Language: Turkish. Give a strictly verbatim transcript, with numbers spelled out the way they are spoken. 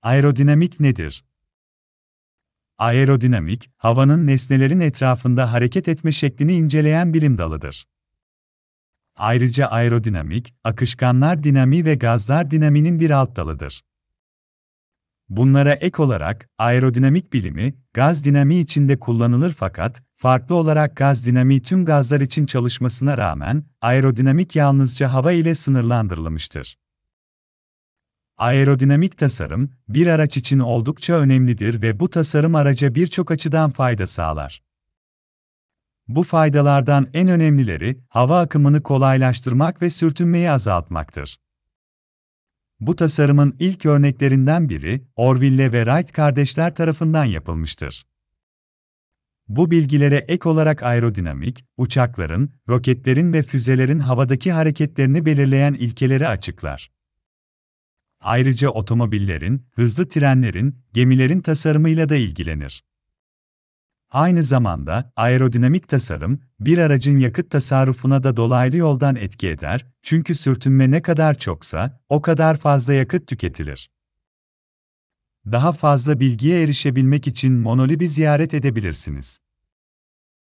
Aerodinamik nedir? Aerodinamik, havanın nesnelerin etrafında hareket etme şeklini inceleyen bilim dalıdır. Ayrıca aerodinamik, akışkanlar dinamiği ve gazlar dinamiğinin bir alt dalıdır. Bunlara ek olarak, aerodinamik bilimi, gaz dinamiği içinde kullanılır fakat, farklı olarak gaz dinamiği tüm gazlar için çalışmasına rağmen, aerodinamik yalnızca hava ile sınırlandırılmıştır. Aerodinamik tasarım, bir araç için oldukça önemlidir ve bu tasarım araca birçok açıdan fayda sağlar. Bu faydalardan en önemlileri, hava akımını kolaylaştırmak ve sürtünmeyi azaltmaktır. Bu tasarımın ilk örneklerinden biri, Orville ve Wright kardeşler tarafından yapılmıştır. Bu bilgilere ek olarak aerodinamik, uçakların, roketlerin ve füzelerin havadaki hareketlerini belirleyen ilkeleri açıklar. Ayrıca otomobillerin, hızlı trenlerin, gemilerin tasarımıyla da ilgilenir. Aynı zamanda, aerodinamik tasarım, bir aracın yakıt tasarrufuna da dolaylı yoldan etki eder, çünkü sürtünme ne kadar çoksa, o kadar fazla yakıt tüketilir. Daha fazla bilgiye erişebilmek için Monolib'i ziyaret edebilirsiniz.